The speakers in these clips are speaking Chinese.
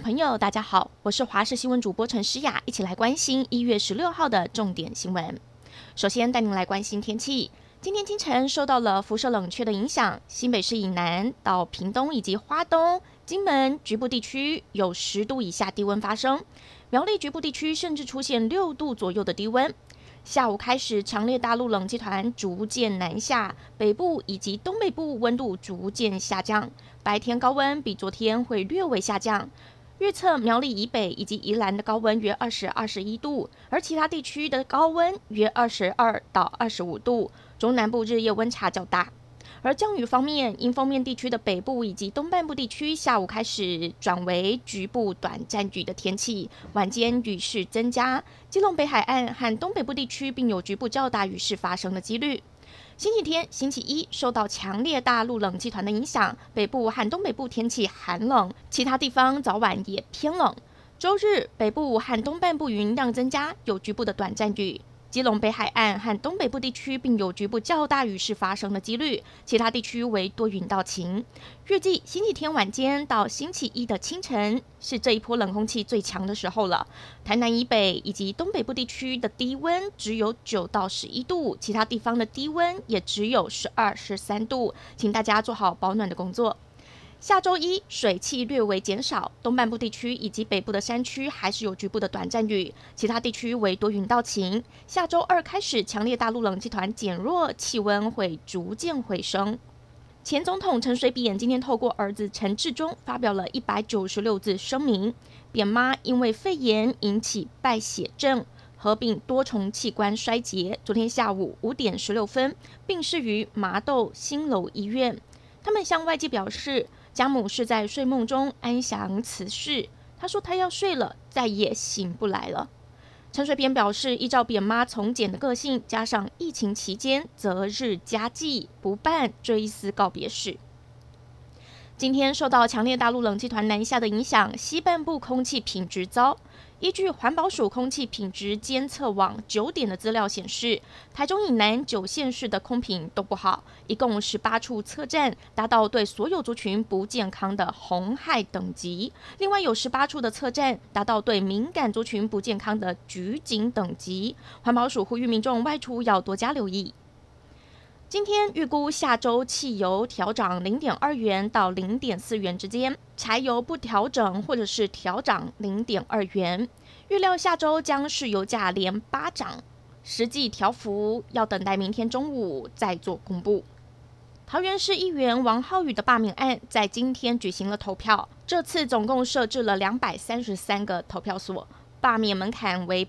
朋友，大家好，我是华视新闻主播陈诗雅，一起来关心1月16号的重点新闻。首先带您来关心天气。今天清晨受到了辐射冷却的影响，新北市以南到屏东以及花东、金门局部地区有10度以下低温发生，苗栗局部地区甚至出现6度左右的低温。下午开始，强烈大陆冷气团逐渐南下，北部以及东北部温度逐渐下降，白天高温比昨天会略微下降。预测苗栗以北以及宜兰的高温约20、21度，而其他地区的高温约22到25度，中南部日夜温差较大。而降雨方面，因锋面地区的北部以及东半部地区下午开始转为局部短暂雨的天气，晚间雨势增加，基隆北海岸和东北部地区并有局部较大雨势发生的几率。星期天、星期一受到强烈大陆冷气团的影响，北部和东北部天气寒冷，其他地方早晚也偏冷。周日，北部和东半部云量增加，有局部的短暂雨。基隆北海岸和东北部地区并有局部较大雨势发生的几率，其他地区为多云到晴。预计星期天晚间到星期一的清晨是这一波冷空气最强的时候了。台南以北以及东北部地区的低温只有9到11度，其他地方的低温也只有12、13度，请大家做好保暖的工作。下周一水汽略微减少，东半部地区以及北部的山区还是有局部的短暂雨，其他地区为多云到晴。下周二开始，强烈大陆冷气团减弱，气温会逐渐回升。前总统陈水扁今天透过儿子陈致中发表了196字声明，扁妈因为肺炎引起败血症，合并多重器官衰竭，昨天下午5点16分病逝于麻豆新楼医院。他们向外界表示，家母是在睡梦中安详辞世。他说他要睡了，再也醒不来了。陈水扁表示，依照扁妈从简的个性，加上疫情期间择日加祭，不办追思告别式。今天受到强烈大陆冷气团南下的影响，西半部空气品质糟。依据环保署空气品质监测网9点的资料显示，台中以南9县市的空品都不好，一共18处测站达到对所有族群不健康的红害等级，另外有18处的测站达到对敏感族群不健康的橘警等级。环保署呼吁民众外出要多加留意。今天预估下周汽油调涨0.2元到0.4元之间，柴油不调整或者是调涨0.2元。预料下周将是油价连8涨，实际调幅要等待明天中午再做公布。桃园市议员王浩宇的罢免案在今天举行了投票，这次总共设置了233个投票所，罢免门槛为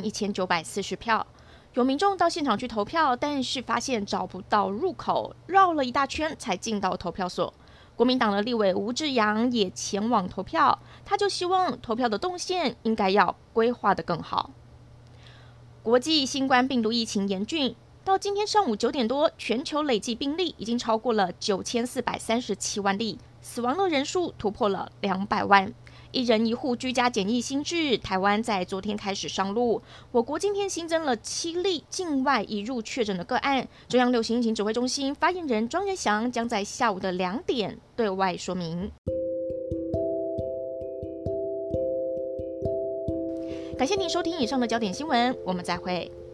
81940票。有民众到现场去投票，但是发现找不到入口，绕了一大圈才进到投票所。国民党的立委吴志阳也前往投票，他就希望投票的动线应该要规划得更好。国际新冠病毒疫情严峻，到今天上午9点多，全球累计病例已经超过了9437万例，死亡的人数突破了200万。1人1户居家检疫新制，台湾在昨天开始上路。我国今天新增了7例境外移入确诊的个案。中央流行疫情指挥中心发言人庄仁祥将在下午的2点对外说明。感谢您收听以上的焦点新闻，我们再会。